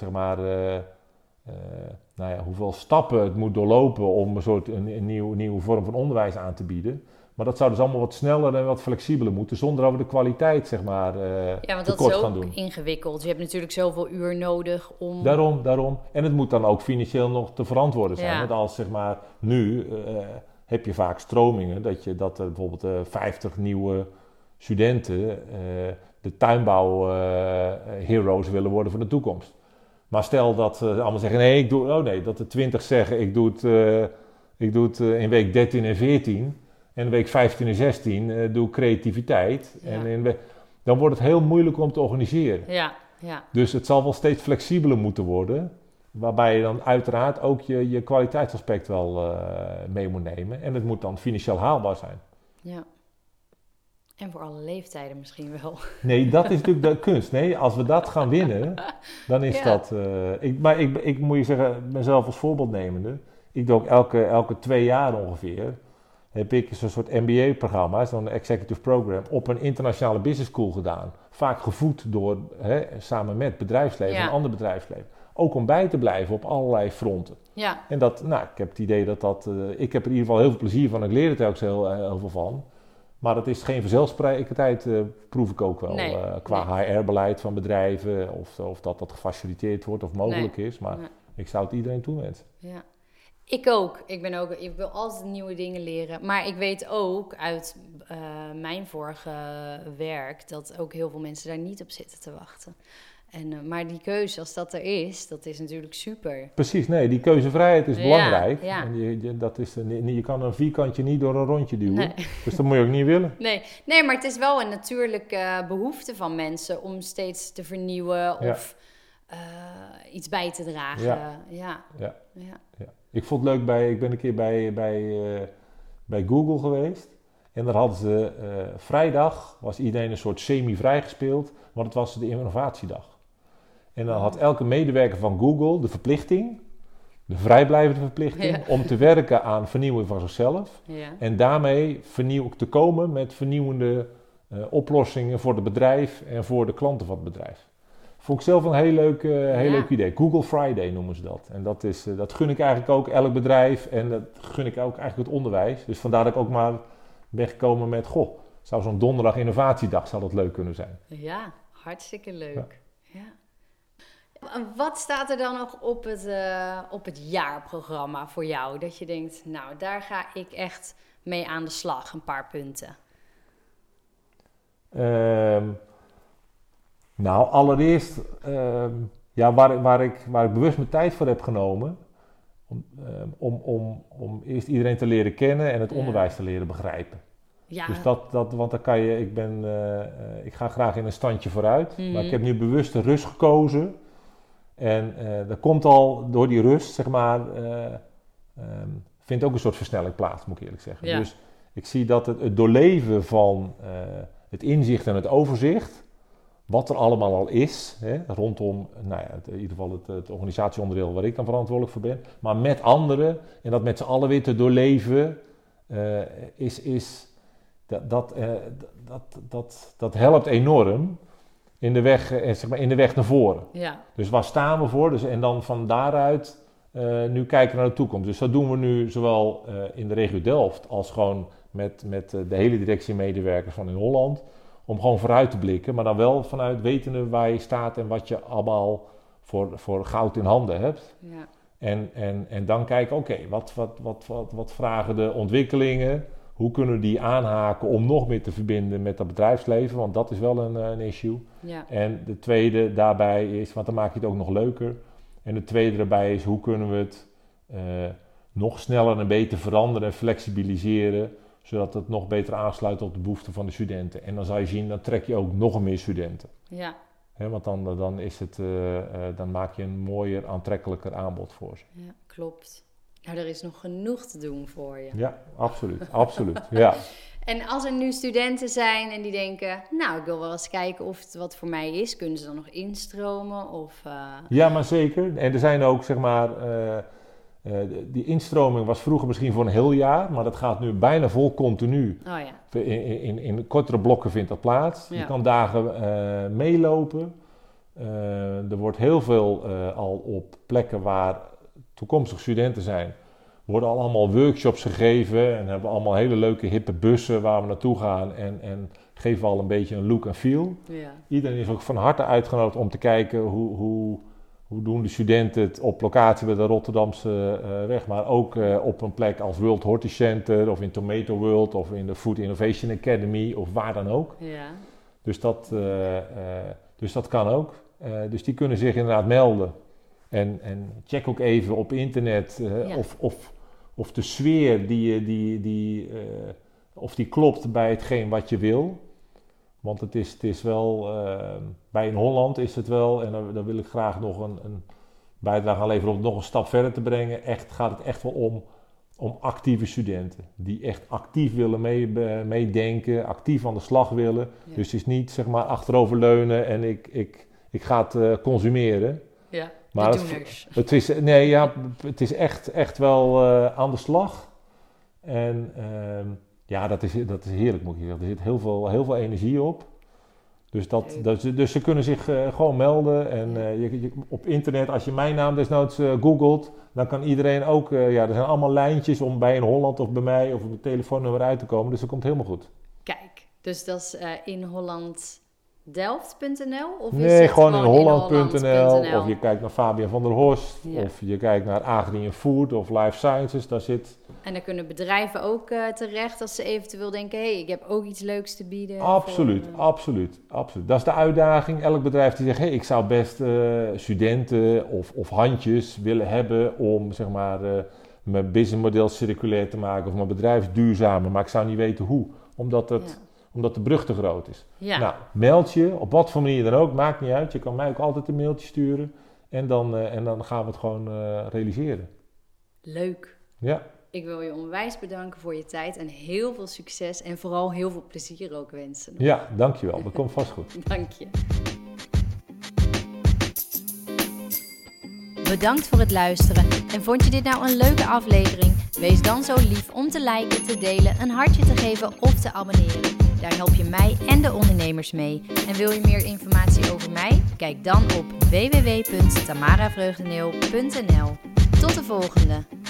S2: stappen het moet doorlopen om een nieuwe vorm van onderwijs aan te bieden. Maar dat zou dus allemaal wat sneller en wat flexibeler moeten, zonder dat we de kwaliteit
S1: want
S2: dat
S1: is
S2: gaan doen.
S1: Ook ingewikkeld. Je hebt natuurlijk zoveel uur nodig om...
S2: Daarom. En het moet dan ook financieel nog te verantwoorden zijn. Ja. Want als nu heb je vaak stromingen dat er bijvoorbeeld 50 nieuwe studenten de tuinbouw heroes willen worden voor de toekomst. Maar stel dat ze allemaal zeggen, dat de 20 zeggen, ik doe het in week 13 en 14... En in week 15 en 16 doe ik creativiteit. Ja. En dan wordt het heel moeilijk om te organiseren. Ja. Dus het zal wel steeds flexibeler moeten worden. Waarbij je dan uiteraard ook je kwaliteitsaspect wel mee moet nemen. En het moet dan financieel haalbaar zijn. Ja.
S1: En voor alle leeftijden misschien wel.
S2: Nee, dat is natuurlijk de kunst. Nee, als we dat gaan winnen, dan is dat... Ik moet je zeggen, mezelf als voorbeeld nemende. Ik doe ook elke 2 jaar ongeveer... heb ik zo'n soort MBA-programma, zo'n executive program, op een internationale business school gedaan. Vaak gevoed door, samen met bedrijfsleven en ander bedrijfsleven. Ook om bij te blijven op allerlei fronten. Ja. En ik heb het idee ik heb er in ieder geval heel veel plezier van. Ik leer er ook heel veel van. Maar dat is geen vanzelfsprekendheid, proef ik ook wel. Qua HR-beleid van bedrijven, of dat gefaciliteerd wordt of mogelijk is. Maar ik zou het iedereen toewensen.
S1: Ja. Ik ook. Ik wil altijd nieuwe dingen leren. Maar ik weet ook uit mijn vorige werk dat ook heel veel mensen daar niet op zitten te wachten. Maar die keuze, als dat er is, dat is natuurlijk super.
S2: Precies, nee, die keuzevrijheid is belangrijk.
S1: Ja.
S2: En je kan een vierkantje niet door een rondje duwen.
S1: Nee.
S2: Dus dat moet je ook niet willen.
S1: Nee, maar het is wel een natuurlijke behoefte van mensen om steeds te vernieuwen of iets bij te dragen. Ja.
S2: Ik vond het leuk, ik ben een keer bij Google geweest. En daar hadden ze vrijdag, was iedereen een soort semi-vrij gespeeld, want het was de innovatiedag. En dan had elke medewerker van Google de verplichting, de vrijblijvende verplichting, om te werken aan vernieuwing van zichzelf. Ja. En daarmee te komen met vernieuwende oplossingen voor het bedrijf en voor de klanten van het bedrijf. Vond ik zelf een heel leuk idee. Google Friday noemen ze dat. En dat gun ik eigenlijk ook elk bedrijf en dat gun ik ook eigenlijk het onderwijs. Dus vandaar dat ik ook maar ben gekomen met, zou zo'n donderdag innovatiedag, zou dat leuk kunnen zijn.
S1: Ja, hartstikke leuk. Ja. Wat staat er dan nog op het jaarprogramma voor jou? Dat je denkt, nou, daar ga ik echt mee aan de slag, een paar punten.
S2: Nou, allereerst, waar ik bewust mijn tijd voor heb genomen, om eerst iedereen te leren kennen en het onderwijs te leren begrijpen. Ja. Dus want dan kan je, ik ga graag in een standje vooruit, maar ik heb nu bewust de rust gekozen. En dat komt al door die rust, zeg maar, vindt ook een soort versnelling plaats, moet ik eerlijk zeggen. Ja. Dus ik zie dat het doorleven van het inzicht en het overzicht, wat er allemaal al is, rondom, in ieder geval het organisatieonderdeel waar ik dan verantwoordelijk voor ben, maar met anderen en dat met z'n allen weer te doorleven, dat helpt enorm in de weg naar voren. Ja. Dus waar staan we voor? En dan van daaruit nu kijken naar de toekomst. Dus dat doen we nu zowel in de regio Delft als gewoon met de hele directiemedewerkers van in Holland. Om gewoon vooruit te blikken, maar dan wel vanuit wetende waar je staat en wat je allemaal voor goud in handen hebt. Ja. En dan kijken, wat vragen de ontwikkelingen? Hoe kunnen we die aanhaken om nog meer te verbinden met dat bedrijfsleven? Want dat is wel een issue. Ja. En de tweede daarbij is, want dan maak je het ook nog leuker. En de tweede daarbij is, hoe kunnen we het nog sneller en beter veranderen en flexibiliseren, zodat het nog beter aansluit op de behoeften van de studenten. En dan zal je zien, dan trek je ook nog meer studenten. Ja. Want dan is het, dan maak je een mooier, aantrekkelijker aanbod voor ze.
S1: Ja, klopt. Nou, er is nog genoeg te doen voor je.
S2: Ja, absoluut. Ja.
S1: En als er nu studenten zijn en die denken, nou, ik wil wel eens kijken of het wat voor mij is, kunnen ze dan nog instromen?
S2: Ja, maar zeker. En er zijn ook, zeg maar, die instroming was vroeger misschien voor een heel jaar, maar dat gaat nu bijna vol continu. Oh ja. In kortere blokken vindt dat plaats. Ja. Je kan dagen meelopen. Er wordt heel veel al op plekken waar toekomstige studenten zijn, worden al allemaal workshops gegeven en hebben allemaal hele leuke hippe bussen waar we naartoe gaan en geven we al een beetje een look en feel. Ja. Iedereen is ook van harte uitgenodigd om te kijken hoe doen de studenten het op locatie bij de Rotterdamse weg, maar ook op een plek als World Horti Center of in Tomato World of in de Food Innovation Academy of waar dan ook. Ja. Dus dat kan ook. Dus die kunnen zich inderdaad melden. En check ook even op internet of de sfeer of die klopt bij hetgeen wat je wil. Want het is wel, bij in Holland is het wel, en daar wil ik graag nog een bijdrage aan leveren om het nog een stap verder te brengen. Gaat het echt wel om actieve studenten. Die echt actief willen meedenken, actief aan de slag willen. Ja. Dus het is niet, zeg maar, achteroverleunen en ik ga het consumeren. Ja. Maar het is echt wel aan de slag. En dat is heerlijk, moet ik zeggen. Er zit heel veel energie op. Dus ze kunnen zich gewoon melden. En op internet, als je mijn naam desnoods googelt, dan kan iedereen ook... er zijn allemaal lijntjes om bij in Holland of bij mij of op het telefoonnummer uit te komen. Dus dat komt helemaal goed.
S1: Kijk, dus dat is in Holland... Delft.nl?
S2: Nee, gewoon in Holland.nl. Of je kijkt naar Fabian van der Horst. Ja. Of je kijkt naar Agri en Food of Life Sciences. Daar zit
S1: En dan kunnen bedrijven ook terecht als ze eventueel denken... hé, ik heb ook iets leuks te bieden.
S2: Absoluut. Dat is de uitdaging. Elk bedrijf die zegt... hé, ik zou best studenten of handjes willen hebben... om zeg maar, mijn businessmodel circulair te maken... of mijn bedrijf duurzamer, maar ik zou niet weten hoe. Omdat de brug te groot is.
S1: Ja.
S2: Nou, meld je, op wat voor manier dan ook, maakt niet uit. Je kan mij ook altijd een mailtje sturen... en dan gaan we het gewoon realiseren.
S1: Leuk.
S2: Ja.
S1: Ik wil je onwijs bedanken voor je tijd en heel veel succes en vooral heel veel plezier ook wensen.
S2: Ja, dankjewel. Dat komt vast goed.
S1: Dank je. Bedankt voor het luisteren. En vond je dit nou een leuke aflevering? Wees dan zo lief om te liken, te delen, een hartje te geven of te abonneren. Daar help je mij en de ondernemers mee. En wil je meer informatie over mij? Kijk dan op www.tamaravreugdeneel.nl. Tot de volgende!